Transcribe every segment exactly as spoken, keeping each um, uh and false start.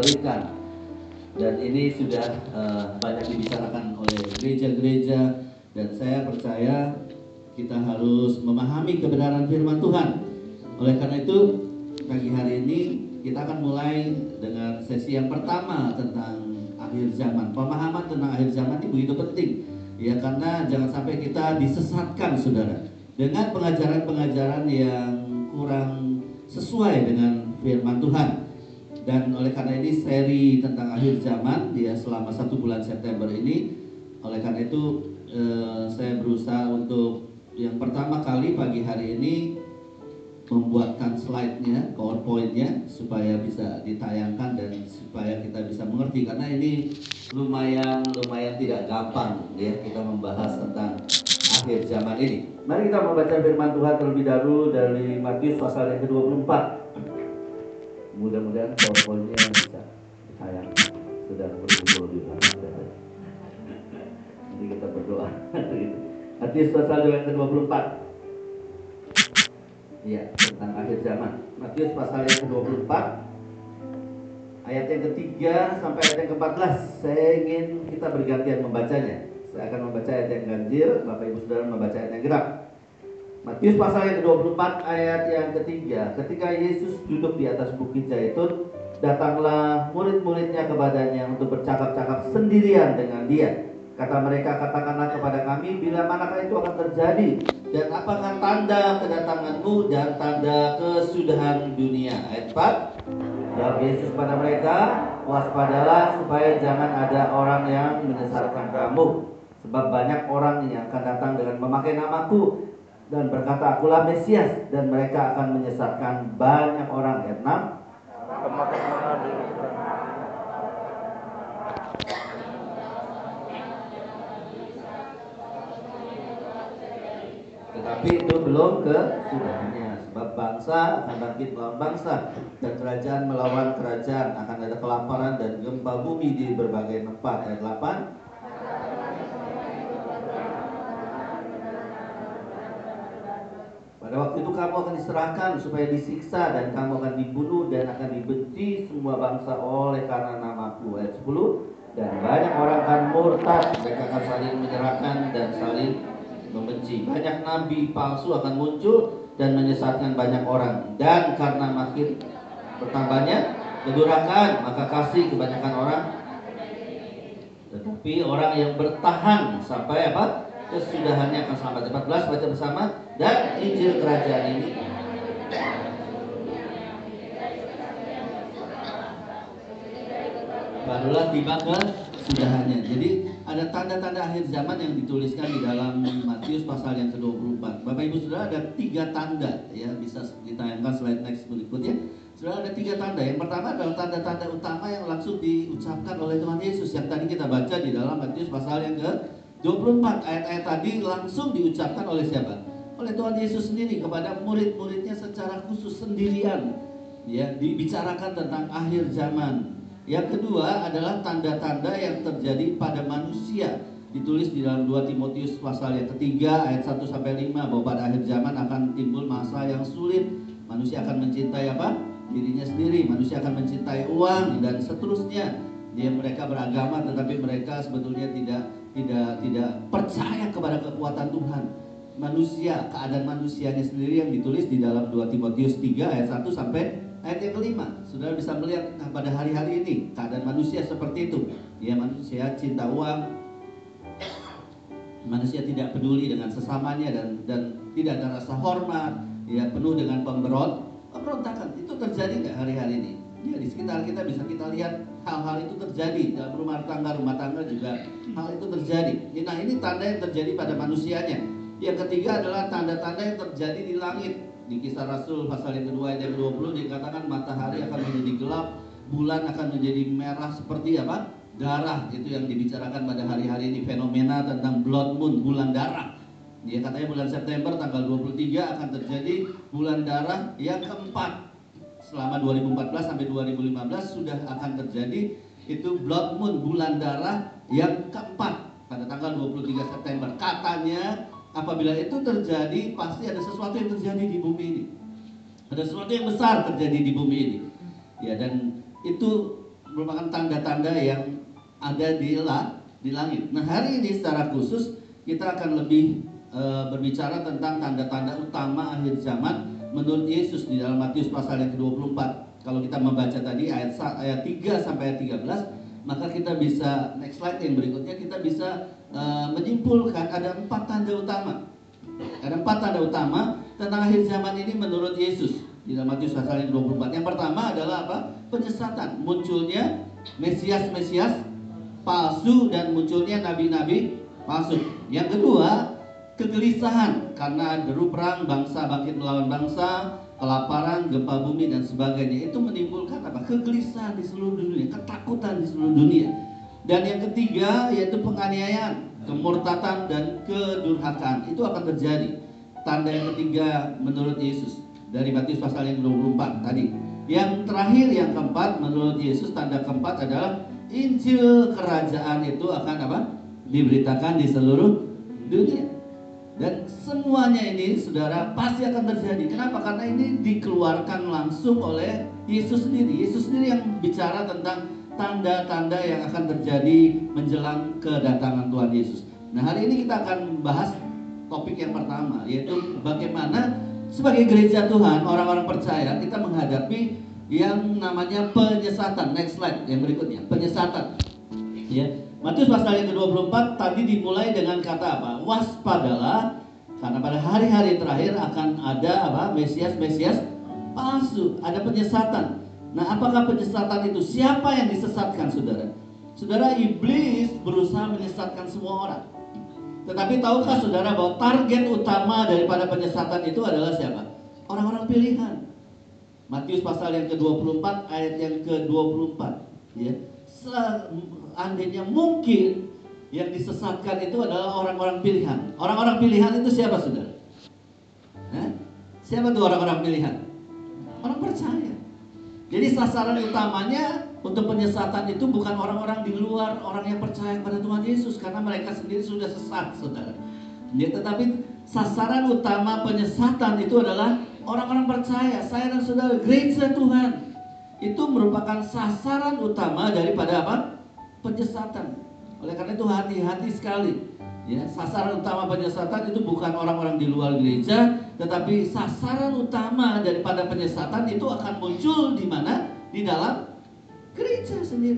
dikembalikan. Dan ini sudah uh, banyak dibicarakan oleh gereja-gereja, dan saya percaya kita harus memahami kebenaran firman Tuhan. Oleh karena itu, pagi hari ini kita akan mulai dengan sesi yang pertama tentang akhir zaman. Pemahaman tentang akhir zaman ini begitu penting, ya, karena jangan sampai kita disesatkan, saudara, dengan pengajaran-pengajaran yang kurang sesuai dengan firman Tuhan. Dan oleh karena ini seri tentang akhir zaman dia selama satu bulan September ini. Oleh karena itu eh, saya berusaha untuk yang pertama kali pagi hari ini membuatkan slide-nya, PowerPoint-nya, supaya bisa ditayangkan dan supaya kita bisa mengerti, karena ini lumayan lumayan tidak gampang ya kita membahas tentang akhir zaman ini. Mari kita membaca firman Tuhan terlebih dahulu dari Matius pasal yang ke dua puluh empat. Mudah-mudahan PowerPoint-nya bisa ditayangkan. Sudah berkumpul di belakang. Jadi kita berdoa. Matius pasal yang ke dua puluh empat. Iya, tentang akhir zaman. Matius pasal yang ke dua puluh empat, ayat yang ketiga sampai ayat yang keempat belas. Saya ingin kita bergantian membacanya. Saya akan membaca ayat yang ganjil, Bapak Ibu Saudara membaca ayat yang genap. Matius pasal yang ke dua puluh empat ayat yang ketiga. Ketika Yesus duduk di atas bukit Zaitun, datanglah murid-muridnya kepadanya untuk bercakap-cakap sendirian dengan dia. Kata mereka, katakanlah kepada kami bila manakah itu akan terjadi, dan apakah tanda kedatanganmu dan tanda kesudahan dunia. Ayat empat. Jawab Yesus pada mereka, waspadalah supaya jangan ada orang yang menyesatkan kamu, sebab banyak orang yang akan datang dengan memakai namaku dan berkata, akulah Mesias, dan mereka akan menyesatkan banyak orang. Ayat enam. Tetapi itu belum kesudahnya, sebab bangsa akan bangkit melawan bangsa, dan kerajaan melawan kerajaan. Akan ada kelaparan dan gempa bumi di berbagai tempat. Ayat delapan. Pada waktu itu kamu akan diserahkan supaya disiksa, dan kamu akan dibunuh dan akan dibenci semua bangsa oleh karena namaku. Ayat sepuluh. Dan banyak orang akan murtad, mereka akan saling menyerahkan dan saling membenci. Banyak nabi palsu akan muncul dan menyesatkan banyak orang. Dan karena makin bertambahnya kedurhakaan, maka kasih kebanyakan orang. Tetapi orang yang bertahan sampai apa? Kesudahannya akan selamat. empat belas, baca bersama. Dan Injil kerajaan ini barulah tiba kesudahannya. Jadi ada tanda-tanda akhir zaman yang dituliskan di dalam Matius pasal yang ke dua puluh empat. Bapak Ibu Saudara, ada tiga tanda, ya, bisa ditayangkan slide next berikutnya. Saudara, ada tiga tanda. Yang pertama adalah tanda-tanda utama yang langsung diucapkan oleh Tuhan Yesus yang tadi kita baca di dalam Matius pasal yang ke dua puluh empat. Ayat-ayat tadi langsung diucapkan oleh siapa? Oleh Tuhan Yesus sendiri kepada murid-muridnya secara khusus sendirian, ya, dibicarakan tentang akhir zaman. Yang kedua adalah tanda-tanda yang terjadi pada manusia, ditulis di dalam dua Timotius pasal yang ketiga ayat satu sampai lima, bahwa pada akhir zaman akan timbul masa yang sulit. Manusia akan mencintai apa? Dirinya sendiri. Manusia akan mencintai uang dan seterusnya. Dia mereka beragama tetapi mereka sebetulnya tidak tidak tidak percaya kepada kekuatan Tuhan. Manusia, keadaan manusianya sendiri yang ditulis di dalam dua Timotius tiga ayat satu sampai ayat yang kelima. Saudara bisa melihat nah, pada hari-hari ini keadaan manusia seperti itu. Ya, manusia cinta uang, manusia tidak peduli dengan sesamanya dan dan tidak ada rasa hormat, ya, penuh dengan pemberon, pemberontakan. Itu terjadi nggak hari-hari ini? Ya, di sekitar kita bisa kita lihat hal-hal itu terjadi. Dalam rumah tangga, rumah tangga juga hal itu terjadi. Nah, ini tanda yang terjadi pada manusianya. Yang ketiga adalah tanda-tanda yang terjadi di langit. Di Kisah Rasul pasal yang kedua ayat yang dua puluh dikatakan matahari akan menjadi gelap, bulan akan menjadi merah seperti apa? Darah. Itu yang dibicarakan pada hari-hari ini, fenomena tentang blood moon, bulan darah. Dia katanya bulan September tanggal dua puluh tiga akan terjadi bulan darah yang keempat. Selama dua ribu empat belas sampai dua ribu lima belas sudah akan terjadi itu blood moon, bulan darah yang keempat pada tanggal dua puluh tiga September. Katanya apabila itu terjadi, pasti ada sesuatu yang terjadi di bumi ini. Ada sesuatu yang besar terjadi di bumi ini. Ya, dan itu merupakan tanda-tanda yang ada di la, di langit. Nah, hari ini secara khusus kita akan lebih e, berbicara tentang tanda-tanda utama akhir zaman menurut Yesus di dalam Matius pasal yang ke dua puluh empat. Kalau kita membaca tadi ayat ayat tiga sampai ayat tiga belas, maka kita bisa, next slide yang berikutnya, kita bisa e, menyimpulkan ada empat tanda utama. Ada empat tanda utama tentang akhir zaman ini menurut Yesus di dalam Matius pasal yang ke dua puluh empat. Yang pertama adalah apa? Penyesatan, munculnya Mesias-Mesias palsu dan munculnya nabi-nabi palsu. Yang kedua, kegelisahan karena deru perang, bangsa bangkit melawan bangsa, kelaparan, gempa bumi dan sebagainya. Itu menimbulkan apa? Kegelisahan di seluruh dunia, ketakutan di seluruh dunia. Dan yang ketiga yaitu penganiayaan, kemurtatan dan kedurhakaan. Itu akan terjadi. Tanda yang ketiga menurut Yesus dari Matius pasal yang dua puluh empat tadi. Yang terakhir, yang keempat menurut Yesus, tanda keempat adalah Injil kerajaan itu akan apa? Diberitakan di seluruh dunia. Dan semuanya ini saudara pasti akan terjadi. Kenapa? Karena ini dikeluarkan langsung oleh Yesus sendiri. Yesus sendiri yang bicara tentang tanda-tanda yang akan terjadi menjelang kedatangan Tuhan Yesus. Nah, hari ini kita akan bahas topik yang pertama, yaitu bagaimana sebagai gereja Tuhan, orang-orang percaya, kita menghadapi yang namanya penyesatan. Next slide yang berikutnya, penyesatan. Ya, Matius pasal yang ke dua puluh empat tadi dimulai dengan kata apa? Waspadalah, karena pada hari-hari terakhir akan ada apa? Mesias-Mesias palsu, ada penyesatan. Nah, apakah penyesatan itu? Siapa yang disesatkan, saudara? Saudara, iblis berusaha menyesatkan semua orang. Tetapi tahukah saudara bahwa target utama daripada penyesatan itu adalah siapa? Orang-orang pilihan. Matius pasal yang ke dua puluh empat ayat yang ke dua puluh empat, ya. Seandainya mungkin yang disesatkan itu adalah orang-orang pilihan. Orang-orang pilihan itu siapa, saudara? Hah? Siapa tuh orang-orang pilihan? Orang percaya. Jadi sasaran utamanya untuk penyesatan itu bukan orang-orang di luar, orang yang percaya kepada Tuhan Yesus, karena mereka sendiri sudah sesat, saudara. Ya, tetapi sasaran utama penyesatan itu adalah orang-orang percaya. Saya dan saudara, gereja Tuhan itu merupakan sasaran utama daripada apa? Penyesatan. Oleh karena itu hati-hati sekali. Ya, sasaran utama penyesatan itu bukan orang-orang di luar gereja, tetapi sasaran utama daripada penyesatan itu akan muncul di mana? Di dalam gereja sendiri.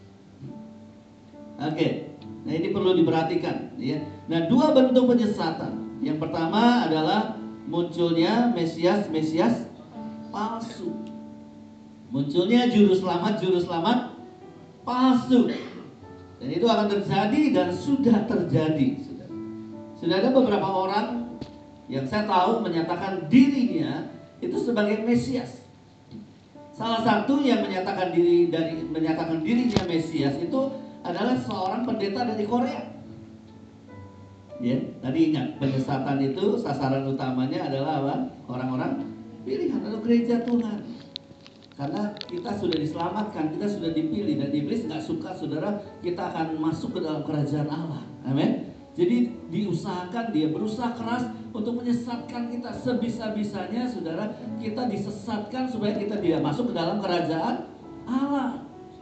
Oke, nah ini perlu diperhatikan, ya. Nah, dua bentuk penyesatan. Yang pertama adalah munculnya Mesias-Mesias palsu. Munculnya juru selamat, juru selamat palsu. Dan itu akan terjadi dan sudah terjadi. Sudah, sudah ada beberapa orang yang saya tahu menyatakan dirinya itu sebagai Mesias. Salah satu yang menyatakan diri dari menyatakan dirinya Mesias itu adalah seorang pendeta dari Korea. Ya, tadi ingat, penyesatan itu sasaran utamanya adalah apa? Orang-orang pilihan atau gereja Tuhan. Karena kita sudah diselamatkan, kita sudah dipilih, dan iblis nggak suka, saudara, kita akan masuk ke dalam kerajaan Allah. Amin. Jadi diusahakan, dia berusaha keras untuk menyesatkan kita sebisa-bisanya, saudara. Kita disesatkan supaya kita tidak masuk ke dalam kerajaan Allah.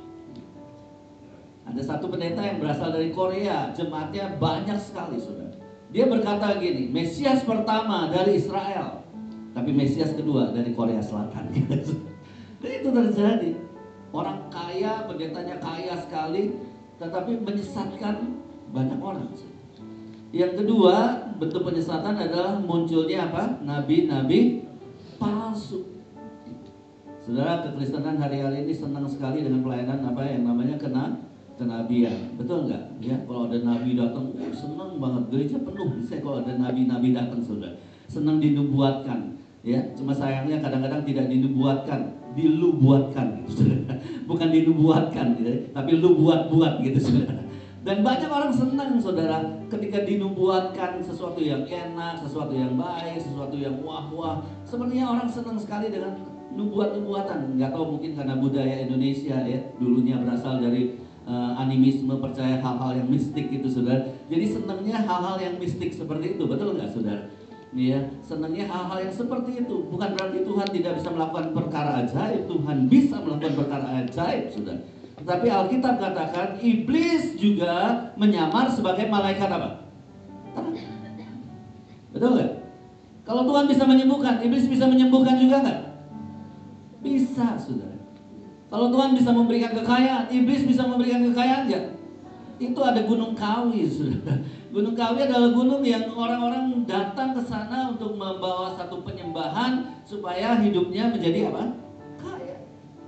Ada satu pendeta yang berasal dari Korea, jemaatnya banyak sekali, saudara. Dia berkata gini, Mesias pertama dari Israel, tapi Mesias kedua dari Korea Selatan. Dan itu terjadi. Orang kaya, pendetanya kaya sekali, tetapi menyesatkan banyak orang. Yang kedua, bentuk penyesatan adalah munculnya apa? Nabi-nabi palsu. Saudara, kekristenan hari-hari ini senang sekali dengan pelayanan apa yang namanya kena kenabian. Betul nggak? Ya, kalau ada nabi datang, oh, senang banget. Gereja penuh. Bisa kalau ada nabi-nabi datang, saudara. Senang dinubuatkan. Ya, cuma sayangnya kadang-kadang tidak dinubuatkan, dilubuatkan, gitu, saudara. Bukan dinubuatkan, gitu, tapi lu buat-buat, gitu, saudara. Dan banyak orang senang, saudara, ketika dinubuatkan sesuatu yang enak, sesuatu yang baik, sesuatu yang wah-wah. Sebenarnya orang senang sekali dengan nubuat-nubuatan. Nggak tahu, mungkin karena budaya Indonesia, ya, dulunya berasal dari uh, animisme, percaya hal-hal yang mistik, gitu, saudara. Jadi senangnya hal-hal yang mistik seperti itu, betul nggak, saudara? Ya, senangnya hal-hal yang seperti itu. Bukan berarti Tuhan tidak bisa melakukan perkara ajaib. Tuhan bisa melakukan perkara ajaib, sudah. Tapi Alkitab katakan iblis juga menyamar sebagai malaikat apa? Terang. Betul nggak? Kalau Tuhan bisa menyembuhkan, iblis bisa menyembuhkan juga nggak? Bisa, saudara. Kalau Tuhan bisa memberikan kekayaan, iblis bisa memberikan kekayaan nggak? Itu ada Gunung Kawi, saudara. Gunung Kawi adalah gunung yang orang-orang datang ke sana untuk membawa satu penyembahan supaya hidupnya menjadi apa? Kaya.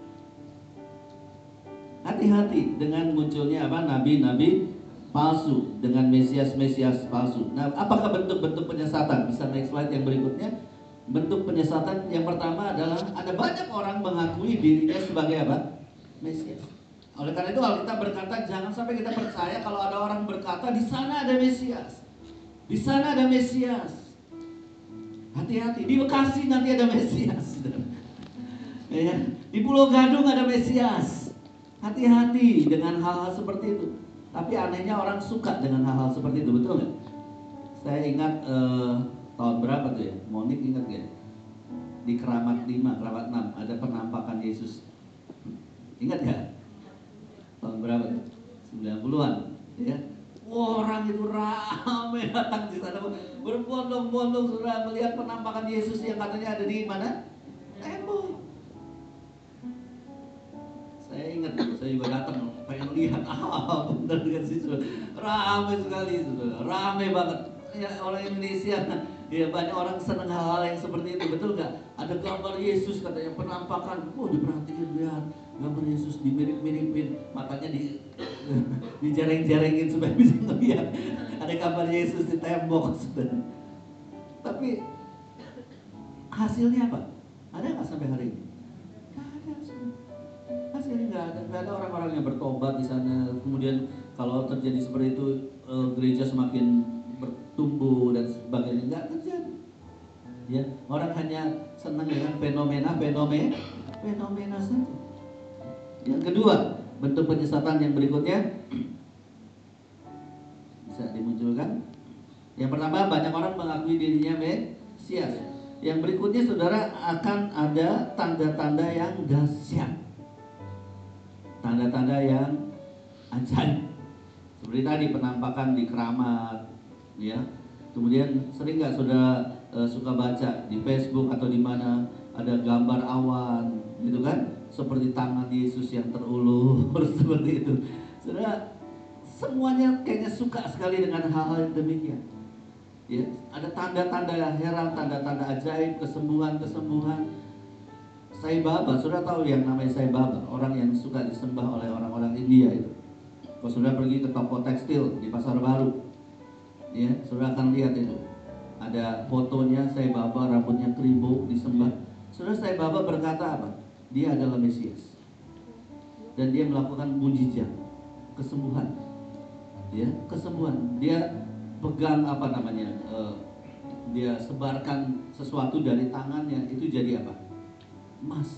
Hati-hati dengan munculnya apa? Nabi-nabi palsu dengan mesias-mesias palsu. Nah, apakah bentuk-bentuk penyesatan? Bisa next slide yang berikutnya. Bentuk penyesatan yang pertama adalah ada banyak orang mengakui dirinya sebagai apa? Mesias. Oleh karena itu Alkitab berkata jangan sampai kita percaya kalau ada orang berkata di sana ada Mesias, di sana ada Mesias. Hati-hati, di Bekasi nanti ada Mesias. Ya, di Pulau Gadung ada Mesias. Hati-hati dengan hal-hal seperti itu. Tapi anehnya orang suka dengan hal-hal seperti itu, betul nggak? Saya ingat eh, tahun berapa tuh ya? Monik ingat nggak? Di Keramat lima, Keramat enam ada penampakan Yesus. Ingat nggak? Tahun berapa tuh? sembilan puluhan, ya. Orang itu ramai datang di sana berbondong-bondong sudah melihat penampakan Yesus yang katanya ada di mana? Tembok. Saya ingat, saya juga datang pengen lihat ah benar kan sih, ramai sekali sudah, ramai banget. Ya orang Indonesia, ya banyak orang senang hal-hal yang seperti itu, betul nggak? Ada gambar Yesus katanya penampakan, oh diperhatiin lihat gambar Yesus dimirip-miripin, makanya di dijareng-jarengin supaya bisa ngeliat ada gambar Yesus di tembok sudah. Tapi hasilnya apa? Ada nggak sampai hari ini? Nggak ada hasilnya. Hasilnya nggak ada, nggak ada orang-orang yang bertobat di sana. Kemudian kalau terjadi seperti itu, gereja semakin bertumbuh dan sebagainya, nggak terjadi. Ya, orang hanya senang dengan fenomena-fenomena, fenomena saja. Yang kedua, bentuk penyesatan yang berikutnya bisa dimunculkan. Yang pertama, banyak orang mengakui dirinya Mesias. Yang berikutnya, saudara, akan ada tanda-tanda yang dahsyat, tanda-tanda yang ajaib. Seperti tadi penampakan di Keramat, ya. Kemudian sering nggak saudara e, suka baca di Facebook atau di mana ada gambar awan, gitu kan? Seperti tangan Yesus yang terulur seperti itu. Saudara, semuanya kayaknya suka sekali dengan hal-hal yang demikian. Ya, ada tanda-tanda heran, tanda-tanda ajaib, kesembuhan-kesembuhan. Sai Baba, saudara tahu yang namanya Sai Baba, orang yang suka disembah oleh orang-orang India itu. Kalau saudara pergi ke toko tekstil di Pasar Baru, ya, saudara akan lihat itu. Ada fotonya Sai Baba, rambutnya keribu, disembah. Saudara, Sai Baba berkata apa? Dia adalah Mesias dan dia melakukan mujizat, kesembuhan, ya, kesembuhan. Dia pegang apa namanya, uh, dia sebarkan sesuatu dari tangannya, itu jadi apa? Emas,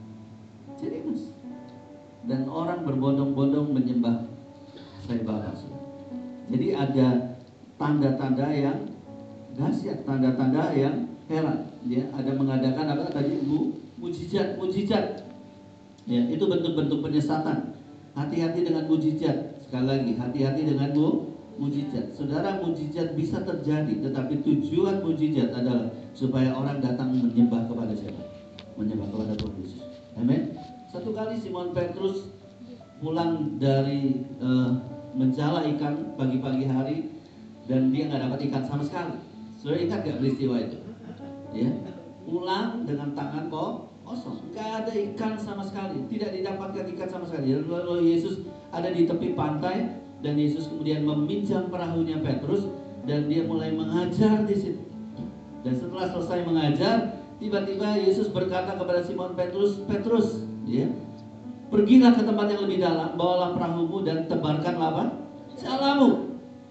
jadi emas. Dan orang berbondong-bondong menyembah Sai Baba. Jadi ada tanda-tanda yang dahsyat, tanda-tanda yang heran. Ya, ada mengadakan apa tadi bu? Mujizat, mujizat. Ya, itu bentuk-bentuk penyesatan. Hati-hati dengan mujizat. Sekali lagi, hati-hati dengan bu, mujizat. Saudara, mujizat bisa terjadi, tetapi tujuan mujizat adalah supaya orang datang menyembah kepada siapa? Menyembah kepada Tuhan Yesus. Amin. Satu kali Simon Petrus pulang dari uh, menjala ikan pagi-pagi hari dan dia nggak dapat ikan sama sekali. Saudara ingat nggak peristiwa itu? Ya, pulang dengan tangan kok kosong, nggak ada ikan sama sekali, tidak didapatkan ikan sama sekali. Lalu Yesus ada di tepi pantai dan Yesus kemudian meminjam perahunya Petrus dan dia mulai mengajar di situ. Dan setelah selesai mengajar, tiba-tiba Yesus berkata kepada Simon Petrus, Petrus, ya, pergilah ke tempat yang lebih dalam, bawalah perahumu dan tebarkanlah apa? Jalamu.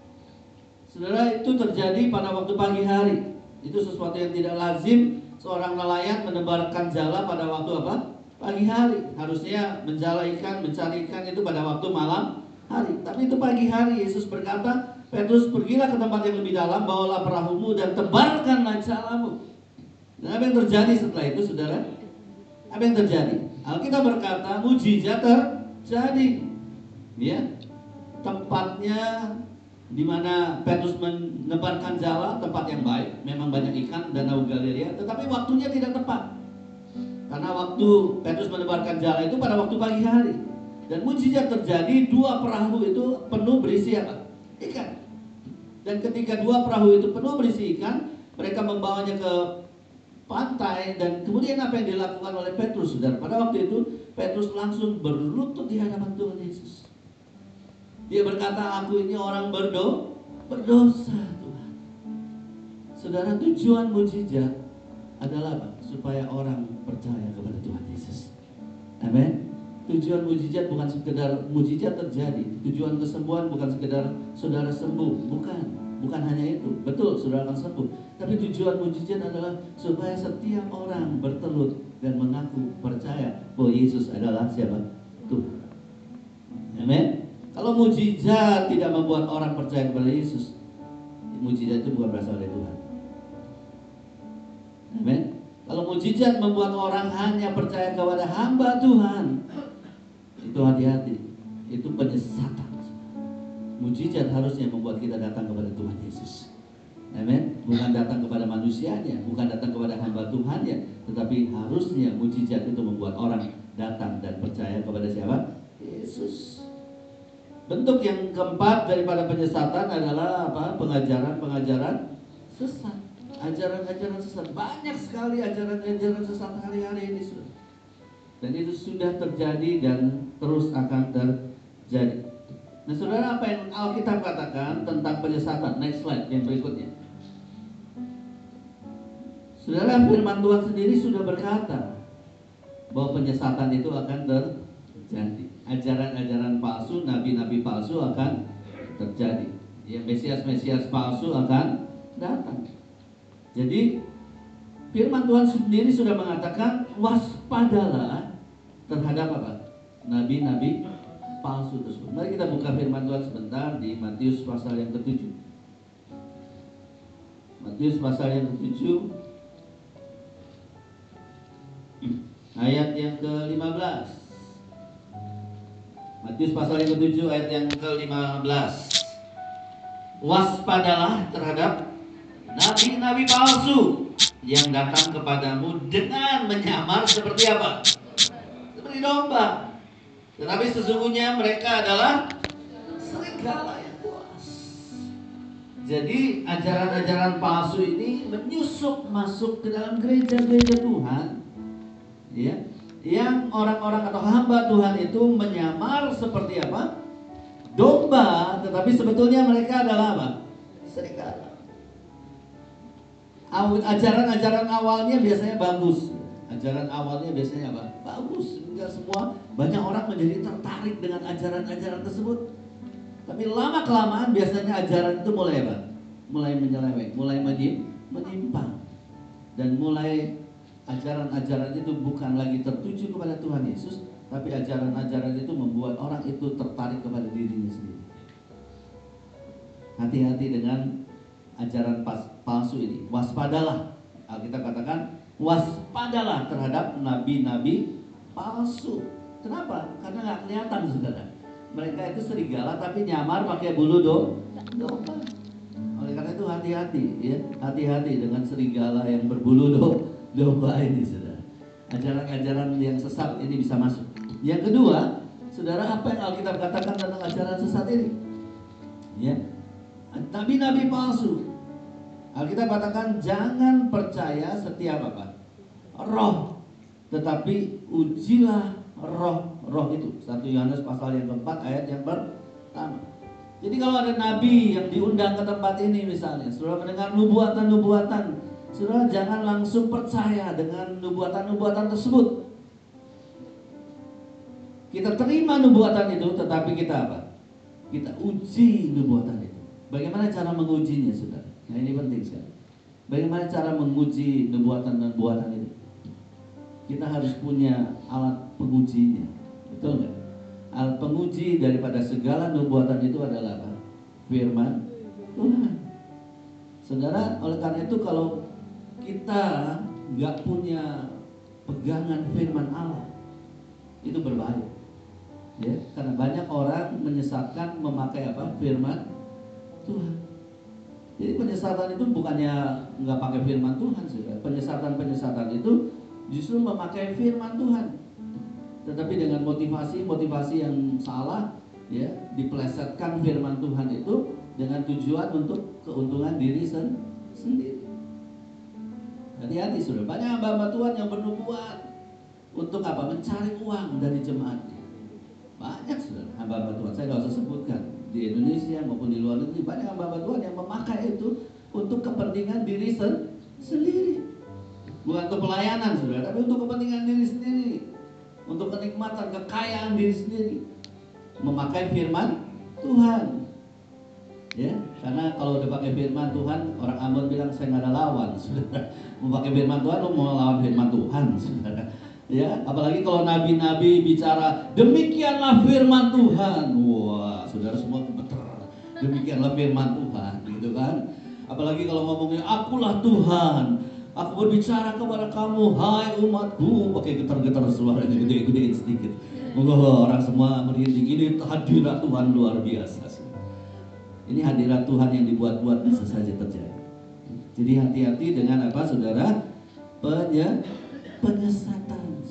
Saudara, itu terjadi pada waktu pagi hari. Itu sesuatu yang tidak lazim seorang nelayan menebarkan jala pada waktu apa? Pagi hari. Harusnya menjala ikan, mencari ikan itu pada waktu malam hari. Tapi itu pagi hari. Yesus berkata, Petrus, pergilah ke tempat yang lebih dalam, bawalah perahumu dan tebarkanlah jalamu. Dan apa yang terjadi setelah itu, saudara? Apa yang terjadi? Alkitab berkata, mujizat ter Jadi, ya, tempatnya di mana Petrus menebarkan jala, tempat yang baik, memang banyak ikan, Danau Galilea, tetapi waktunya tidak tepat. Karena waktu Petrus menebarkan jala itu pada waktu pagi hari. Dan mujizat terjadi, dua perahu itu penuh berisi apa? Ikan. Dan ketika dua perahu itu penuh berisi ikan, mereka membawanya ke pantai. Dan kemudian apa yang dilakukan oleh Petrus, saudara? Pada waktu itu Petrus langsung berlutut di hadapan Tuhan Yesus. Dia berkata, aku ini orang berdo, berdosa Tuhan. Saudara, tujuan mujizat adalah apa? Supaya orang percaya kepada Tuhan Yesus. Amin. Tujuan mujizat bukan sekedar mujizat terjadi. Tujuan kesembuhan bukan sekedar saudara sembuh. Bukan. Bukan hanya itu. Betul, saudara akan sembuh. Tapi tujuan mujizat adalah supaya setiap orang bertelut dan mengaku percaya bahwa Yesus adalah siapa? Tuhan. Amin. Kalau mujizat tidak membuat orang percaya kepada Yesus, mujizat itu bukan berasal dari Tuhan. Amin. Kalau mujizat membuat orang hanya percaya kepada hamba Tuhan, itu hati-hati, itu penyesatan. Mujizat harusnya membuat kita datang kepada Tuhan Yesus. Amin. Bukan datang kepada manusianya, bukan datang kepada hamba Tuhannya, tetapi harusnya mujizat itu membuat orang datang dan percaya kepada siapa? Yesus. Bentuk yang keempat daripada penyesatan adalah apa? Pengajaran-pengajaran sesat. Ajaran-ajaran sesat. Banyak sekali ajaran-ajaran sesat hari-hari ini, sudah. Dan itu sudah terjadi dan terus akan terjadi. Nah, saudara, apa yang Alkitab katakan tentang penyesatan? Next slide yang berikutnya. Saudara, firman Tuhan sendiri sudah berkata bahwa penyesatan itu akan terjadi. Ajaran-ajaran palsu, nabi-nabi palsu akan terjadi. Ya, Mesias-Mesias palsu akan datang. Jadi firman Tuhan sendiri sudah mengatakan waspadalah terhadap apa? Nabi-nabi palsu tersebut. Mari kita buka firman Tuhan sebentar di Matius pasal yang ketujuh. Matius pasal yang ketujuh ayat yang ke lima belas. Matius pasal yang ketujuh ayat yang ke lima belas. Waspadalah terhadap nabi-nabi palsu yang datang kepadamu dengan menyamar seperti apa? Seperti domba. Tetapi sesungguhnya mereka adalah serigala yang buas. Jadi ajaran-ajaran palsu ini menyusup masuk ke dalam gereja-gereja Tuhan, ya, yang orang-orang atau hamba Tuhan itu menyamar seperti apa? Domba, tetapi sebetulnya mereka adalah apa? Serigala. Ajaran-ajaran awalnya biasanya bagus. Ajaran awalnya biasanya apa? Bagus. Sehingga semua banyak orang menjadi tertarik dengan ajaran-ajaran tersebut. Tapi lama-kelamaan biasanya ajaran itu mulai apa? Mulai menyeleweng, mulai menyimpang. Dan mulai ajaran-ajaran itu bukan lagi tertuju kepada Tuhan Yesus, tapi ajaran-ajaran itu membuat orang itu tertarik kepada dirinya sendiri. Hati-hati dengan ajaran palsu ini. Waspadalah. Alkitab katakan waspadalah terhadap nabi-nabi palsu. Kenapa? Karena nggak kelihatan, saudara. Mereka itu serigala tapi nyamar pakai bulu domba. Oleh karena itu hati-hati, ya, hati-hati dengan serigala yang berbulu domba ini, saudara. Ajaran-ajaran yang sesat ini bisa masuk. Yang kedua, saudara, apa yang Alkitab katakan tentang ajaran sesat ini? Ya, nabi-nabi palsu. Alkitab katakan jangan percaya setiap apa? Roh, tetapi ujilah roh-roh itu. satu Yohanes pasal yang keempat ayat yang pertama. Jadi kalau ada nabi yang diundang ke tempat ini misalnya, saudara mendengar nubuatan-nubuatan, saudara jangan langsung percaya dengan nubuatan-nubuatan tersebut. Kita terima nubuatan itu, tetapi kita apa? Kita uji nubuatan itu. Bagaimana cara mengujinya, saudara? Nah, ini penting sekali. Bagaimana cara menguji nubuatan-nubuatan itu? Kita harus punya alat pengujinya. Betul nggak? Alat penguji daripada segala nubuatan itu adalah apa? Firman Tuhan. Saudara, oleh karena itu kalau kita nggak punya pegangan firman Allah, itu berbahaya. Ya, karena banyak orang menyesatkan memakai apa? Firman Tuhan. Jadi penyesatan itu bukannya nggak pakai firman Tuhan, saudara. Penyesatan-penyesatan itu justru memakai firman Tuhan, tetapi dengan motivasi-motivasi yang salah, ya, dipelesetkan firman Tuhan itu dengan tujuan untuk keuntungan diri sen sendiri. Hati-hati, saudara. Banyak hamba-hamba Tuhan yang bernubuat untuk apa? Mencari uang dari jemaatnya. Banyak, saudara, hamba-hamba Tuhan. Saya nggak usah sebutkan di Indonesia maupun di luar negeri, banyak hamba-hamba Tuhan yang memakai itu untuk kepentingan diri sen sendiri. Bukan untuk pelayanan, saudara, tapi untuk kepentingan diri sendiri, untuk kenikmatan, kekayaan diri sendiri. Memakai firman Tuhan. Ya, karena kalau udah pakai firman Tuhan, orang Ambon bilang saya nggak ada lawan, saudara. Mau pakai firman Tuhan, lo mau lawan firman Tuhan, saudara. Ya, apalagi kalau nabi-nabi bicara demikianlah firman Tuhan, wah, saudara semua gemeter. Demikianlah firman Tuhan, gitu kan? Apalagi kalau ngomongnya akulah Tuhan, aku berbicara kepada kamu, hai umatku, pakai getar-getar suaranya gede-gede sedikit. Oh, orang semua merinding. Ini hadirat Tuhan luar biasa. Ini hadirat Tuhan yang dibuat-buat bisa saja terjadi. Jadi hati-hati dengan apa, saudara? Penye penyesatan.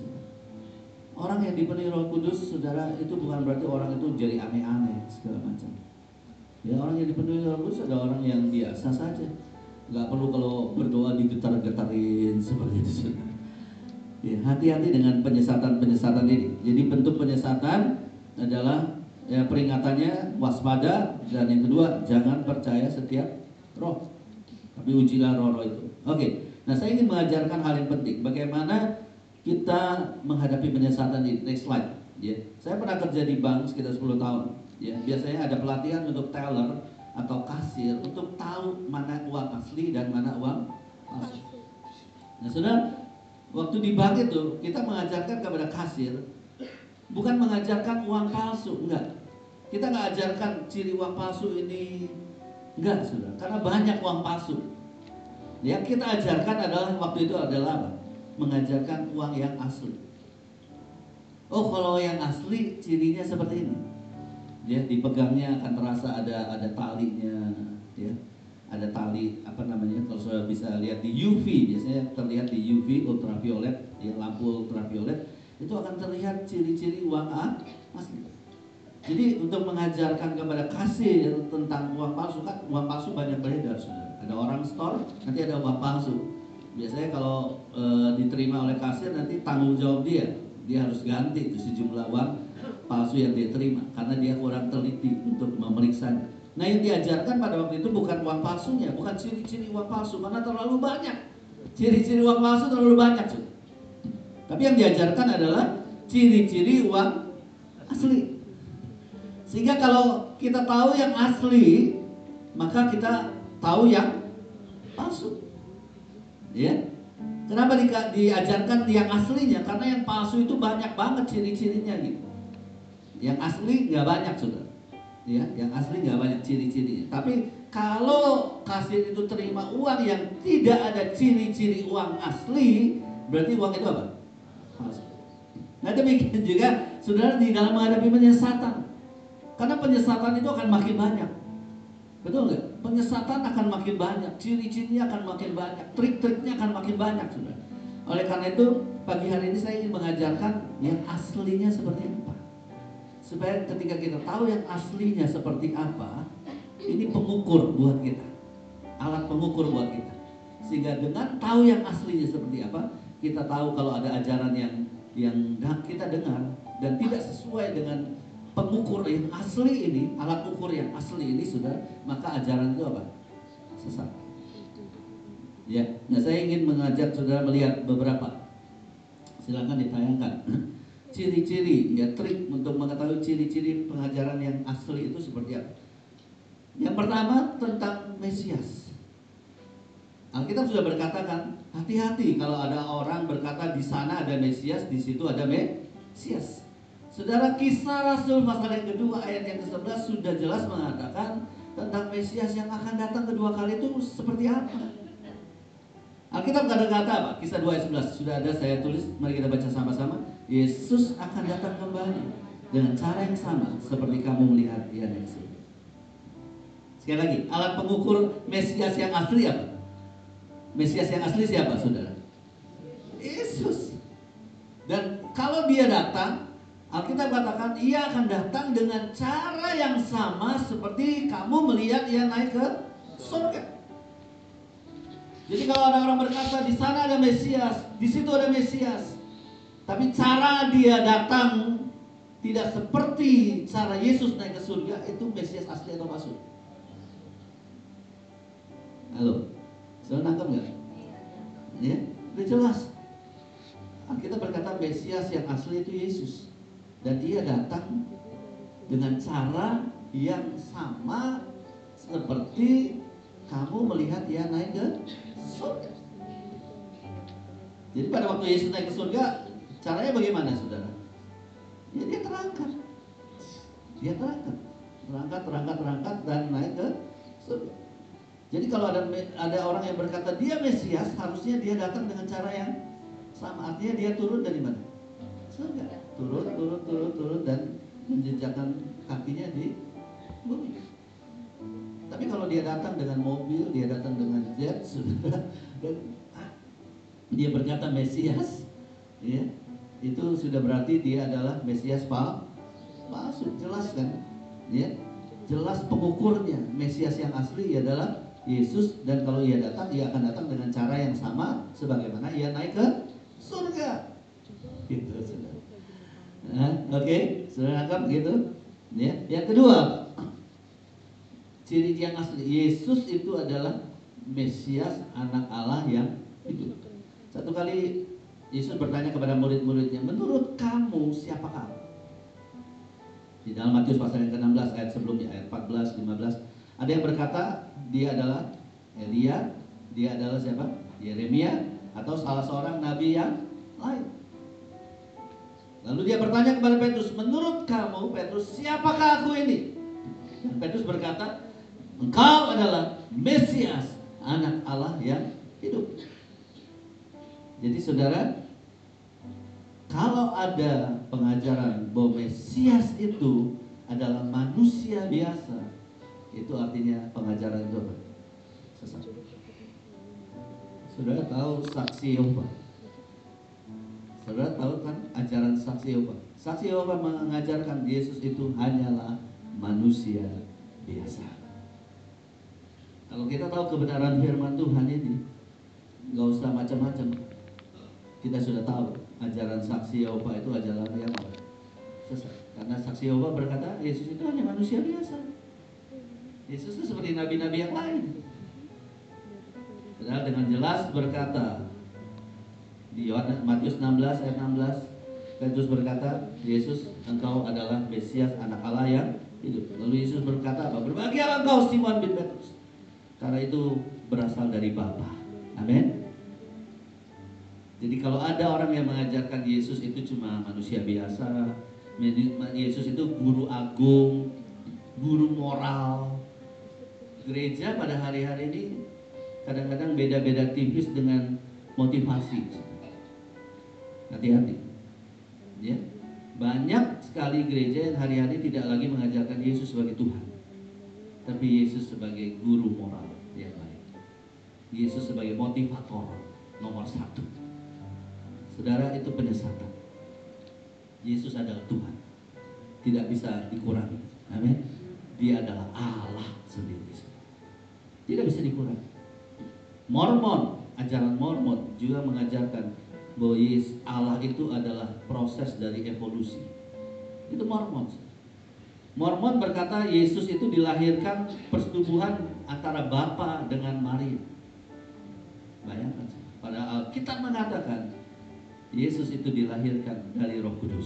Orang yang dipenuhi Roh Kudus, saudara, itu bukan berarti orang itu jadi aneh-aneh segala macam. Ya, orang yang dipenuhi Roh Kudus ada orang yang biasa saja. Nggak perlu kalau berdoa digetar-getarin seperti itu, saudara. Ya, hati-hati dengan penyesatan-penyesatan ini. Jadi bentuk penyesatan adalah, ya, peringatannya waspada, dan yang kedua jangan percaya setiap roh, tapi ujilah roh-roh itu. Oke, nah saya ingin mengajarkan hal yang penting, bagaimana kita menghadapi penyesatan ini. Next slide. Ya, saya pernah kerja di bank sekitar sepuluh tahun. Ya, biasanya ada pelatihan untuk teller atau kasir untuk tahu mana uang asli dan mana uang palsu. Nah, saudara, waktu di bank itu kita mengajarkan kepada kasir, bukan mengajarkan uang palsu, enggak. Kita nggak ajarkan ciri uang palsu ini, enggak, saudara. Karena banyak uang palsu. Yang kita ajarkan adalah waktu itu adalah apa? Mengajarkan uang yang asli. Oh, kalau yang asli cirinya seperti ini. Ya, dipegangnya akan terasa ada ada talinya, ya. Ada tali, apa namanya? Kalau saudara bisa lihat di U V, biasanya terlihat di U V ultraviolet, ya, lampu ultraviolet. Itu akan terlihat ciri-ciri uang asli. Jadi untuk mengajarkan kepada kasir tentang uang palsu, kan uang palsu banyak beredar, saudara. Ada orang store, nanti ada uang palsu. Biasanya kalau e, diterima oleh kasir, nanti tanggung jawab dia, dia harus ganti itu sejumlah uang palsu yang dia terima, karena dia kurang teliti untuk memeriksanya. Nah, yang diajarkan pada waktu itu bukan uang palsunya, bukan ciri-ciri uang palsu, karena terlalu banyak. Ciri-ciri uang palsu terlalu banyak, saudara. Tapi yang diajarkan adalah ciri-ciri uang asli. Sehingga kalau kita tahu yang asli, maka kita tahu yang palsu. Ya. Kenapa di, diajarkan yang aslinya? Karena yang palsu itu banyak banget ciri-cirinya gitu. Yang asli nggak banyak, saudara. Ya, yang asli nggak banyak ciri-cirinya. Tapi kalau kasir itu terima uang yang tidak ada ciri-ciri uang asli, berarti uang itu apa? Palsu. Nah, demikian juga saudara di dalam menghadapi penyesatan. Karena penyesatan itu akan makin banyak. Betul nggak? Penyesatan akan makin banyak, ciri-cirinya akan makin banyak, trik-triknya akan makin banyak, saudara. Oleh karena itu, pagi hari ini saya ingin mengajarkan yang aslinya seperti apa. Supaya ketika kita tahu yang aslinya seperti apa, ini pengukur buat kita, alat pengukur buat kita. Sehingga dengan tahu yang aslinya seperti apa, kita tahu kalau ada ajaran yang yang kita dengar dan tidak sesuai dengan pengukur yang asli ini, alat ukur yang asli ini, sudah, maka ajaran itu apa? Sesat. Ya, nah saya ingin mengajak saudara melihat beberapa. Silakan ditayangkan. Ciri-ciri, ya, trik untuk mengetahui ciri-ciri pengajaran yang asli itu seperti apa. Yang pertama tentang Mesias. Alkitab sudah berkatakan, hati-hati kalau ada orang berkata di sana ada Mesias, di situ ada Mesias. Saudara, Kisah Rasul pasal yang kedua ayat yang kesebelas sudah jelas mengatakan tentang Mesias yang akan datang kedua kali itu seperti apa. Alkitab kata-kata apa? Kisah dua ayat sebelas sudah ada, saya tulis, mari kita baca sama-sama. Yesus akan datang kembali dengan cara yang sama seperti kamu melihat dia naik ke surga. Sekali lagi, alat pengukur Mesias yang asli apa? Mesias yang asli siapa, saudara? Yesus. Dan kalau dia datang, Alkitab katakan ia akan datang dengan cara yang sama seperti kamu melihat ia naik ke surga. Jadi kalau ada orang berkata di sana ada Mesias, di situ ada Mesias, tapi cara dia datang tidak seperti cara Yesus naik ke surga, itu Mesias asli atau palsu? Halo, sudah nangkep nggak? Ya, udah jelas. Kita berkata Mesias yang asli itu Yesus, dan ia datang dengan cara yang sama seperti kamu melihat ia naik ke surga. Jadi pada waktu Yesus naik ke surga, caranya bagaimana, saudara? Ya dia terangkat, dia terangkat, terangkat, terangkat, terangkat dan naik ke surga. Jadi kalau ada ada orang yang berkata dia Mesias, harusnya dia datang dengan cara yang sama. Artinya dia turun dari mana? Surga. Turun, turun, turun, turun dan menjejakkan kakinya di bumi. Tapi kalau dia datang dengan mobil, dia datang dengan jet, saudara, dan dia berkata Mesias, ya, itu sudah berarti dia adalah Mesias palsu. Jelas kan? Ya, jelas pengukurnya. Mesias yang asli adalah Yesus, dan kalau ia datang, ia akan datang dengan cara yang sama sebagaimana ia naik ke surga. Gitu, saudara. Nah, oke, okay. Saudara nangkap gitu? Ya. Yang kedua, ciri yang asli Yesus itu adalah Mesias, anak Allah yang hidup. Satu kali Yesus bertanya kepada murid-muridnya, menurut kamu siapa kamu? Di dalam Matius pasal yang ke enam belas ayat sebelumnya, ayat empat belas, lima belas, ada yang berkata dia adalah Elia, dia adalah siapa? Yeremia, atau salah seorang nabi yang lain. Lalu dia bertanya kepada Petrus, menurut kamu Petrus, siapakah aku ini? Dan Petrus berkata, engkau adalah Mesias, anak Allah yang hidup. Jadi saudara, kalau ada pengajaran bahwa Mesias itu adalah manusia biasa, itu artinya pengajaran itu apa? Sesat. Saudara tahu saksi Yehova? Saudara tahu kan ajaran saksi Yehova? Saksi Yehova mengajarkan Yesus itu hanyalah manusia biasa. Kalau kita tahu kebenaran firman Tuhan ini, nggak usah macam-macam. Kita sudah tahu ajaran saksi Yehova itu ajaran yang apa? Sesat. Karena saksi Yehova berkata Yesus itu hanya manusia biasa. Yesus itu seperti nabi-nabi yang lain. Padahal dengan jelas berkata di Matius enam belas ayat enam belas, Petrus berkata, Yesus, engkau adalah Mesias, anak Allah yang hidup. Lalu Yesus berkata apa? Berbahagialah engkau Simon bin Petrus, karena itu berasal dari Bapa. Amin. Jadi kalau ada orang yang mengajarkan Yesus itu cuma manusia biasa, Yesus itu guru agung, guru moral, gereja pada hari-hari ini kadang-kadang beda-beda tipis dengan motivasi. Hati-hati, ya. Banyak sekali gereja yang hari-hari tidak lagi mengajarkan Yesus sebagai Tuhan, tapi Yesus sebagai guru moral yang baik. Yesus sebagai motivator nomor satu. Saudara, itu penyesatan. Yesus adalah Tuhan, tidak bisa dikurangi. Amin. Dia adalah Allah sendiri, tidak bisa dikurangi. Mormon, ajaran Mormon juga mengajarkan bahwa Allah itu adalah proses dari evolusi. Itu Mormon. Mormon berkata Yesus itu dilahirkan persetubuhan antara Bapa dengan Maria. Bayangkan, pada Alkitab mengatakan Yesus itu dilahirkan dari Roh Kudus.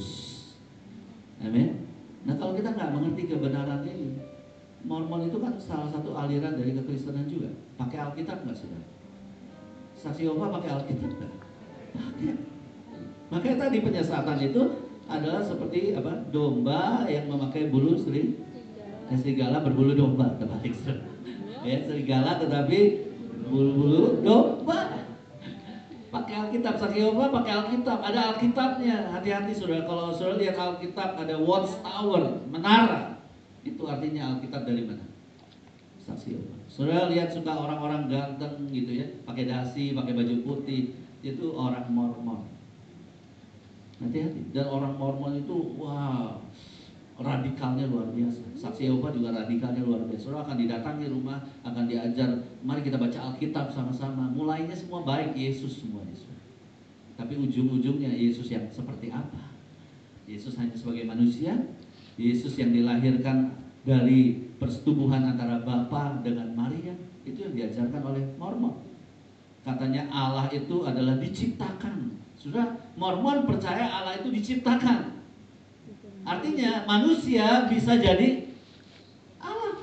Amin. Nah, kalau kita nggak mengerti kebenaran ini, Mormon itu kan salah satu aliran dari kekristenan juga. Pakai Alkitab nggak, saudara? Saksi Yehova pakai Alkitab nggak? Pakai. Makanya tadi penyesatan itu adalah seperti apa? Domba yang memakai bulu seri, serigala berbulu domba, terbalik. Ya, serigala tetapi bulu-bulu domba. Pakai Alkitab. Alkitab. Saksi Yehova pakai Alkitab, ada Alkitabnya. Hati-hati saudara, kalau saudara lihat Alkitab ada watchtower, menara, itu artinya Alkitab dari mana? Saksi Yehova. Saudara lihat suka orang-orang ganteng gitu ya, pakai dasi, pakai baju putih, itu orang Mormon. Hati-hati. Dan orang Mormon itu wah, radikalnya luar biasa. Saksi Yehova juga radikalnya luar biasa. Saudara akan didatangi rumah, akan diajar, mari kita baca Alkitab sama-sama. Mulainya semua baik, Yesus semuanya. Tapi ujung-ujungnya Yesus yang seperti apa? Yesus hanya sebagai manusia, Yesus yang dilahirkan dari persetubuhan antara Bapa dengan Maria, itu yang diajarkan oleh Mormon. Katanya Allah itu adalah diciptakan. Sudah, Mormon percaya Allah itu diciptakan. Artinya manusia bisa jadi Allah.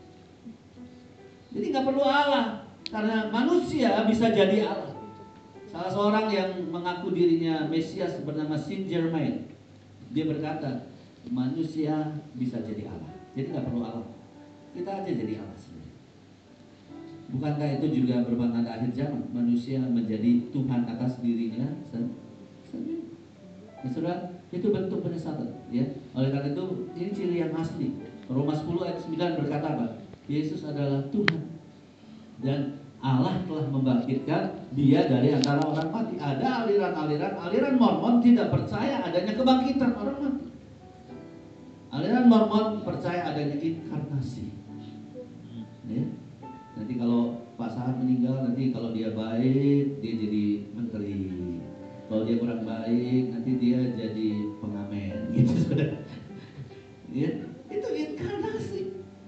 Jadi nggak perlu Allah, karena manusia bisa jadi Allah. Salah seorang yang mengaku dirinya Mesias bernama Saint Germain, dia berkata manusia bisa jadi Allah. Jadi nggak perlu Allah, kita aja jadi Allah sendiri. Bukankah itu juga bertanda akhir zaman? Manusia menjadi Tuhan atas dirinya sendiri. Ya, saudara, itu bentuk penyesatan, ya. Oleh karena itu, ini ciri yang asli. Roma sepuluh ayat sembilan berkata apa? Yesus adalah Tuhan dan Allah telah membangkitkan dia dari antara orang mati. Ada aliran-aliran, aliran Mormon tidak percaya adanya kebangkitan orang mati. Aliran Mormon percaya adanya inkarnasi. Ya. Nanti kalau pasangan meninggal, nanti kalau dia baik, dia jadi menteri. Kalau dia kurang baik, nanti dia jadi pengamen, gitu saudara. Ya, itu inkarnasi.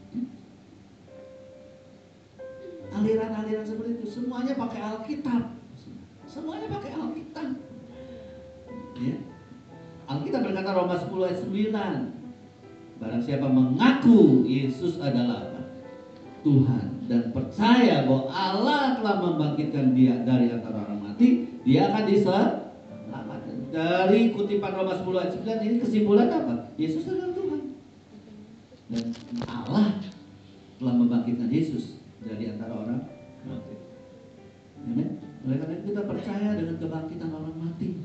Aliran-aliran seperti itu, semuanya pakai Alkitab. Semuanya pakai Alkitab. Ya. Alkitab berkata Roma sepuluh ayat sembilan. Barang siapa mengaku Yesus adalah apa? Tuhan dan percaya bahwa Allah telah membangkitkan dia dari antara orang mati, dia akan diselamatkan. Dari kutipan Roma sepuluh ayat sembilan ini kesimpulan apa? Yesus adalah Tuhan. Dan Allah telah membangkitkan Yesus dari antara orang mati. Amin. Oleh karena itu kita percaya dengan kebangkitan orang mati.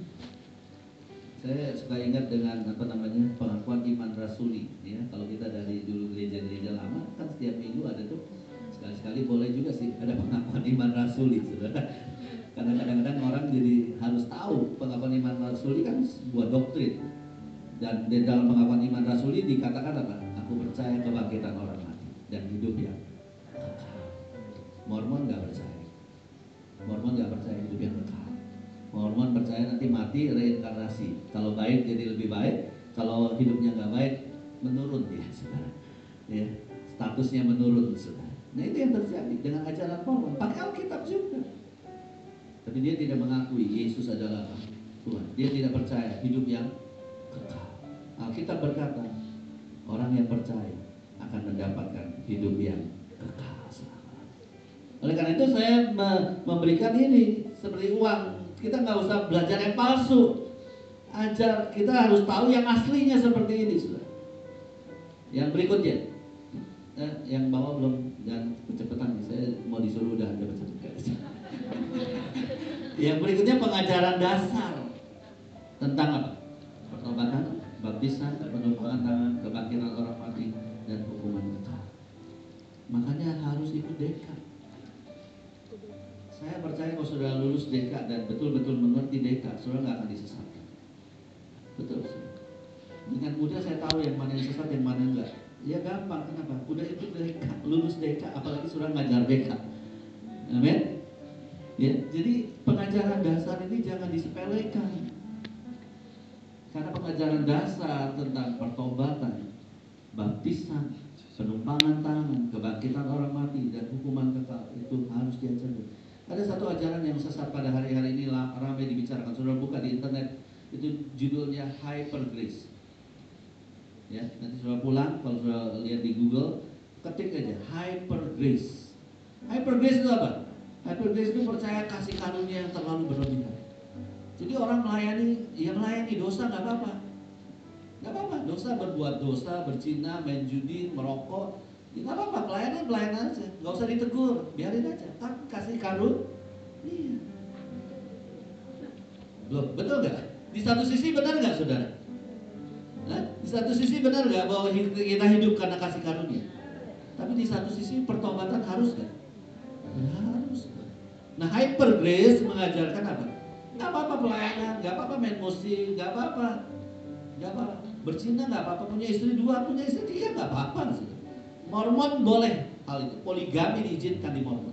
Saya suka ingat dengan apa namanya pengakuan iman rasuli. Ya, kalau kita dari dulu gereja-gereja lama kan setiap minggu ada tuh, sekali-sekali boleh juga sih ada pengakuan iman rasuli, saudara. Karena kadang-kadang orang jadi harus tahu pengakuan iman rasuli kan sebuah doktrin. Dan di dalam pengakuan iman rasuli dikatakan apa? Aku percaya kebangkitan orang mati dan hidup yang kekal. Mormon nggak percaya. Mormon nggak percaya hidup yang kekal. Mormon percaya nanti mati reinkarnasi. Kalau baik jadi lebih baik, kalau hidupnya nggak baik menurun dia, saudara. Ya, statusnya menurun, saudara. Nah itu yang terjadi dengan ajaran Mormon. Pakai Alkitab juga. Tapi dia tidak mengakui Yesus adalah Tuhan. Dia tidak percaya hidup yang kekal. Alkitab berkata, orang yang percaya akan mendapatkan hidup yang kekal. Oleh karena itu saya memberikan ini seperti uang. Kita nggak usah belajar yang palsu. Ajar, kita harus tahu yang aslinya seperti ini, sudah. Yang berikutnya, eh, yang bawah belum, jangan kecepatan. Saya mau disuruh udah cepet-cepet. Yang berikutnya pengajaran dasar tentang apa? Pertobatan, baptisan, penumpangan tangan, kebangkitan orang mati, dan hukuman kekal. Makanya harus ikut dekat. Saya percaya kalau saudara lulus dekat dan betul-betul mengerti dekat, saudara nggak akan disesatkan. Betul. Dengan mudah saya tahu yang mana yang sesat, yang mana enggak. Ya gampang, kenapa? Udah ikut dekat, lulus dekat, apalagi saudara ngajar dekat. Amin. Ya, jadi pengajaran dasar ini jangan disepelekan. Karena pengajaran dasar tentang pertobatan, baptisan, penumpangan tangan, kebangkitan orang mati, dan hukuman kekal itu harus diajarkan. Ada satu ajaran yang sesat pada hari-hari ini ramai dibicarakan. Saudara buka di internet, itu judulnya Hyper Grace. Ya, nanti saudara pulang, kalau saudara lihat di Google, ketik aja Hyper Grace. Hyper Grace itu apa? Hyper Grace itu percaya kasih karunia yang terlalu berlebihan. Jadi orang melayani, ya melayani dosa nggak apa-apa, nggak apa-apa. Dosa berbuat dosa, berzina, main judi, merokok, ya nggak apa-apa. Pelayanan pelayanan aja, nggak usah ditegur, biarin aja. Kan kasih karunia. Loh, betul nggak? Di satu sisi benar nggak, saudara? Nah, di satu sisi benar nggak bahwa kita hidup karena kasih karunia? Tapi di satu sisi pertobatan harus nggak? Harus. Nah, hyper grace mengajarkan apa? Nggak apa-apa pelayanan, nggak apa-apa main musik, nggak apa-apa, nggak apa-apa bercinta, nggak apa-apa punya istri dua, punya istri tiga, nggak apa-apa. Mormon boleh hal itu, poligami diizinkan di Mormon.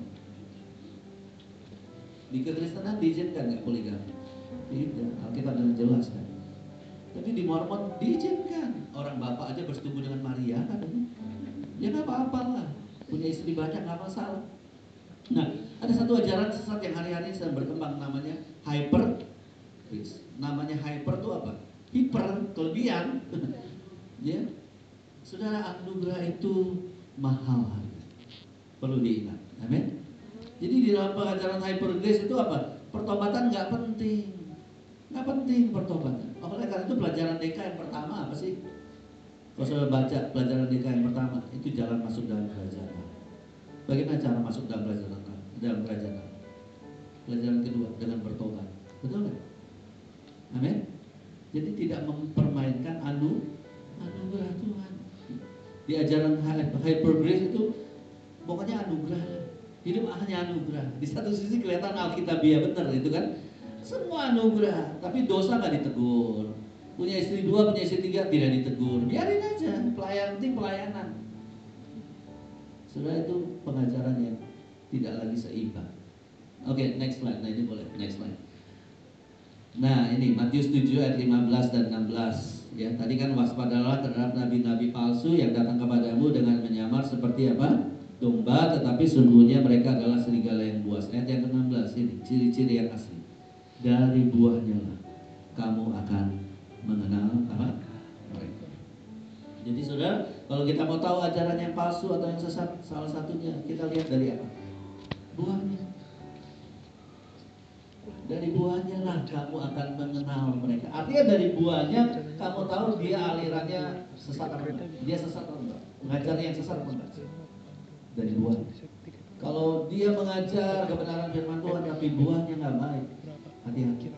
Di kekristenan diizinkan nggak poligami? Tidak, Alkitab dengan jelas kan. Tapi di Mormon diizinkan. Orang bapak aja bersetubuh dengan Maria kan? Ya nggak apa-apa lah, punya istri banyak nggak masalah. Nah, ada satu ajaran sesat yang hari-hari sedang berkembang, namanya hyper. Namanya hyper itu apa? Hiper, kelebihan. Ya, saudara, anugerah itu mahal, perlu diingat. Amin. Jadi di dalam pengajaran hyper grace itu apa? Pertobatan nggak penting, nggak penting pertobatan. Oleh karena itu pelajaran D K yang pertama apa sih? Kalau saudara baca pelajaran D K yang pertama, itu jalan masuk dalam kerajaan Allah. Bagaimana cara masuk dalam kerajaan Allah? Dalam kerajaan Allah. Pelajaran kedua, dengan bertobat. Betul nggak? Amin. Jadi tidak mempermainkan anu anugerah Tuhan. Di ajaran hyper grace itu pokoknya anugerah. Hidup hanya anugerah. Di satu sisi kelihatan alkitabiah benar itu kan. Semua anugerah, tapi dosa nggak ditegur. Punya istri dua, punya istri tiga tidak ditegur. Biarin aja, pelayan penting pelayanan. Sudah itu pengajaran yang tidak lagi seimbang. Oke, okay, next slide. Nah ini boleh, next slide. Nah ini Matius tujuh ayat lima belas dan enam belas. Ya, tadi kan waspadalah terhadap nabi-nabi palsu yang datang kepadamu dengan menyamar seperti apa? Domba, tetapi sungguhnya mereka adalah serigala yang buas. Ayat yang ke enam belas ini ciri-ciri yang asli. Dari buahnya lah kamu akan mengenal apa? Mereka. Jadi saudara, kalau kita mau tahu ajaran yang palsu atau yang sesat, salah satunya kita lihat dari apa? Buahnya. Dari buahnya lah kamu akan mengenal mereka. Artinya dari buahnya kamu tahu dia alirannya sesat atau enggak. Dia sesat atau enggak. Mengajarnya yang sesat atau enggak. Dari buah. Kalau dia mengajar kebenaran firman Tuhan tapi buahnya nggak baik, hati-hati.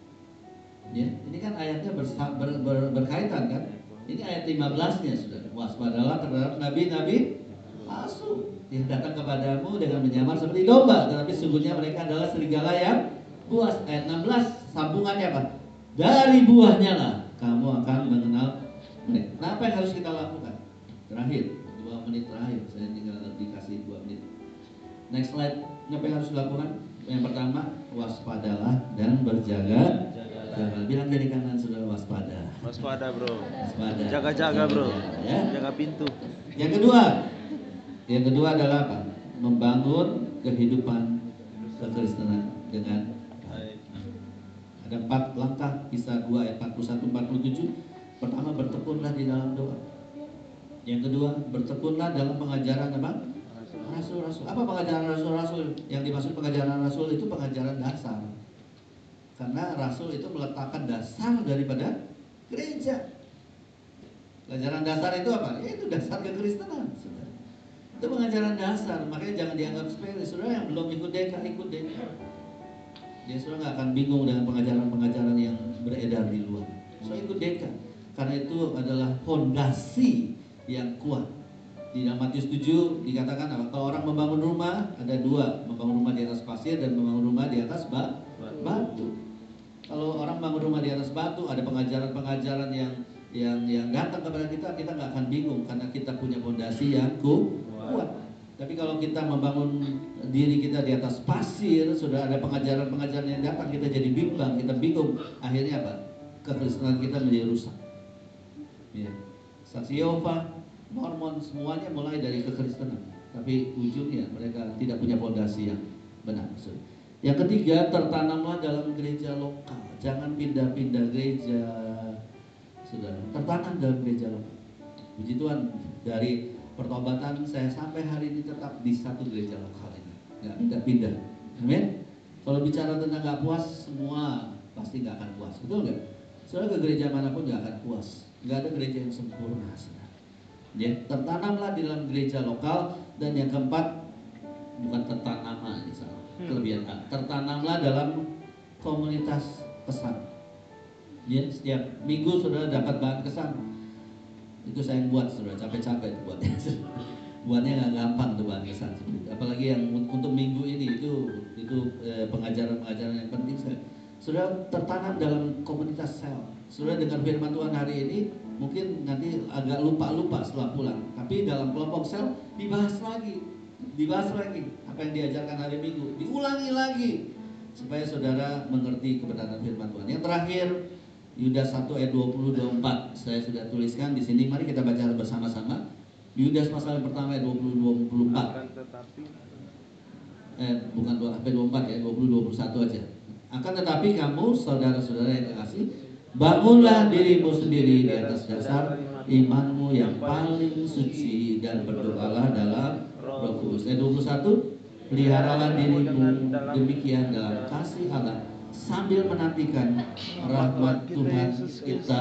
Ya, ini kan ayatnya ber, ber, ber, berkaitan kan. Ini ayat lima belas-nya sudah. Waspadalah terhadap nabi-nabi palsu yang datang kepadamu dengan menyamar seperti domba, tetapi sungguhnya mereka adalah serigala yang buas. Ayat enam belas sambungannya apa? Dari buahnya lah kamu akan mengenal mereka. Nah, apa yang harus kita lakukan? Terakhir, dua menit terakhir, saya tinggal dikasih dua menit. Next slide. Apa yang harus dilakukan? Yang pertama, waspadalah dan berjaga. Jangan bilang kiri kanan sudah waspada. Waspada bro. Waspada. Jaga-jaga bro. Ya. Jaga pintu. Yang kedua, yang kedua adalah apa? Membangun kehidupan kekristenan dengan baik. Ada empat langkah, Kisah dua ayat empat puluh satu empat puluh tujuh. Pertama, bertekunlah di dalam doa. Yang kedua, bertekunlah dalam pengajaran apa? Rasul-rasul. Apa pengajaran rasul-rasul? Yang dimaksud pengajaran rasul itu pengajaran dasar. Karena rasul itu meletakkan dasar daripada gereja. Pengajaran dasar itu apa? Ya, itu dasar kekristenan. Itu pengajaran dasar, makanya jangan dianggap sepele. Saudara yang belum ikut D K, ikut D K. Ya, saudara nggak akan bingung dengan pengajaran-pengajaran yang beredar di luar. So ikut D K, karena itu adalah fondasi yang kuat. Di dalam Matius tujuh dikatakan apa? Kalau orang membangun rumah, ada dua, membangun rumah di atas pasir dan membangun rumah di atas batu. Kalau orang bangun rumah di atas batu, ada pengajaran-pengajaran yang yang yang datang kepada kita, kita nggak akan bingung karena kita punya fondasi yang kuat. Tapi kalau kita membangun diri kita di atas pasir, sudah ada pengajaran-pengajaran yang datang, kita jadi bimbang, kita bingung. Akhirnya apa? Kekristenan kita menjadi rusak. Ya. Saksi Yehova, Mormon, semuanya mulai dari kekristenan, tapi ujungnya mereka tidak punya fondasi yang benar. Yang ketiga, tertanamlah dalam gereja lokal. Jangan pindah-pindah gereja. Sudah tertanam dalam gereja lokal. Puji Tuhan, dari pertobatan saya sampai hari ini tetap di satu gereja lokal ini, nggak pindah-pindah. Amin. Kalau bicara tentang nggak puas, semua pasti nggak akan puas, betul nggak? Soalnya ke gereja manapun nggak akan puas. Nggak ada gereja yang sempurna. Ya, tertanamlah di dalam gereja lokal. Dan yang keempat, bukan tertanamlah ini salah, kelebihan A. Tertanamlah dalam komunitas kesan. Ya, setiap minggu saudara dapat bahan kesan. Itu saya yang buat, saudara, capek-capek buatnya. Buatnya nggak gampang tuh bahan kesan. Apalagi yang untuk minggu ini itu itu eh, pengajaran-pengajaran yang penting. Saya, saudara tertanam dalam komunitas sel. Saudara dengar firman Tuhan hari ini, mungkin nanti agak lupa-lupa setelah pulang. Tapi dalam kelompok sel dibahas lagi, dibahas lagi apa yang diajarkan hari Minggu, diulangi lagi supaya saudara mengerti kebenaran firman Tuhan. Yang terakhir, Yudas satu ayat dua puluh dua puluh empat saya sudah tuliskan di sini. Mari kita baca bersama-sama. Yudas pasal yang pertama ayat dua puluh dua puluh empat. Eh bukan sampai dua puluh empat ya, dua puluh dua puluh satu aja. Akan tetapi kamu saudara-saudara yang kekasih, bangunlah dirimu sendiri di atas dasar imanmu yang paling suci dan berdoalah dalam Roh Kudus. Ayat dua puluh satu, peliharalah dirimu demikian dalam kasih Allah sambil menantikan rahmat Tuhan kita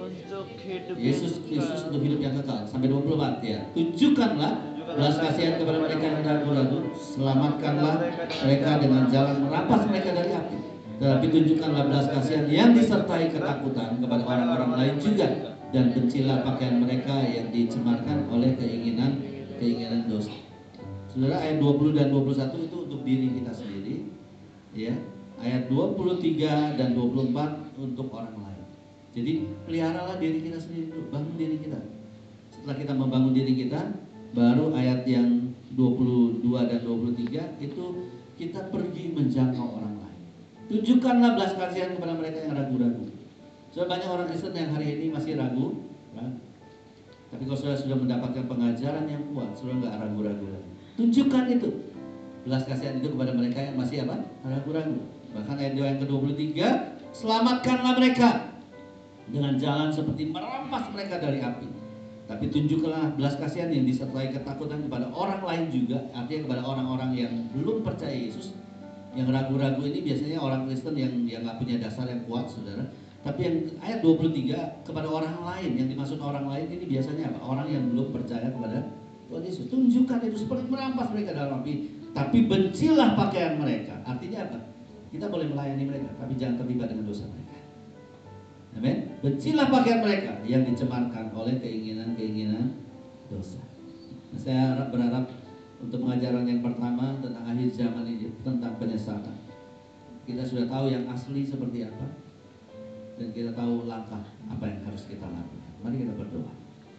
Yesus Kristus untuk hidup yang kekal. Sampai dua puluh empat ya. Tunjukkanlah belas kasihan kepada mereka yang ragu-ragu, selamatkanlah mereka dengan jalan merampas mereka dari api. Tetapi tunjukkanlah belas kasihan yang disertai ketakutan kepada orang-orang lain juga, dan bencilah pakaian mereka yang dicemarkan oleh keinginan keinginan dosa. Saudara, ayat dua puluh dan dua puluh satu itu untuk diri kita sendiri, ya. Ayat dua puluh tiga dan dua puluh empat untuk orang lain. Jadi peliharalah diri kita sendiri dulu, bangun diri kita. Setelah kita membangun diri kita, baru ayat yang dua puluh dua dan dua puluh tiga itu kita pergi menjangkau orang lain. Tunjukkanlah belas kasihan kepada mereka yang ragu-ragu. So, banyak orang Kristen yang hari ini masih ragu, kan? Tapi kalau saudara sudah mendapatkan pengajaran yang kuat, saudara nggak ragu-ragu lagi. Tunjukkan itu belas kasihan itu kepada mereka yang masih apa? Ragu-ragu. Bahkan ayat yang ke dua puluh tiga, selamatkanlah mereka dengan jalan seperti merampas mereka dari api. Tapi tunjukkanlah belas kasihan yang disertai ketakutan kepada orang lain juga, artinya kepada orang-orang yang belum percaya Yesus. Yang ragu-ragu ini biasanya orang Kristen yang yang nggak punya dasar yang kuat, saudara. Tapi yang ayat dua puluh tiga kepada orang lain, yang dimaksud orang lain ini biasanya apa? Orang yang belum percaya kepada Tuhan Yesus. Tunjukkan itu seperti merampas mereka dalam api. Tapi bencilah pakaian mereka. Artinya apa? Kita boleh melayani mereka, tapi jangan terlibat dengan dosa mereka. Amin. Bencilah pakaian mereka yang dicemarkan oleh keinginan-keinginan dosa. Nah, saya harap berharap untuk pengajaran yang pertama tentang akhir zaman ini, tentang penyesalan, kita sudah tahu yang asli seperti apa, dan kita tahu langkah apa yang harus kita lakukan. Mari kita berdoa.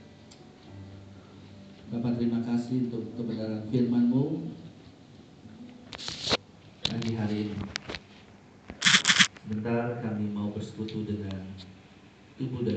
Bapak, terima kasih untuk kebenaran firman-Mu pagi hari ini. Sebentar kami mau bersekutu dengan tubuh dan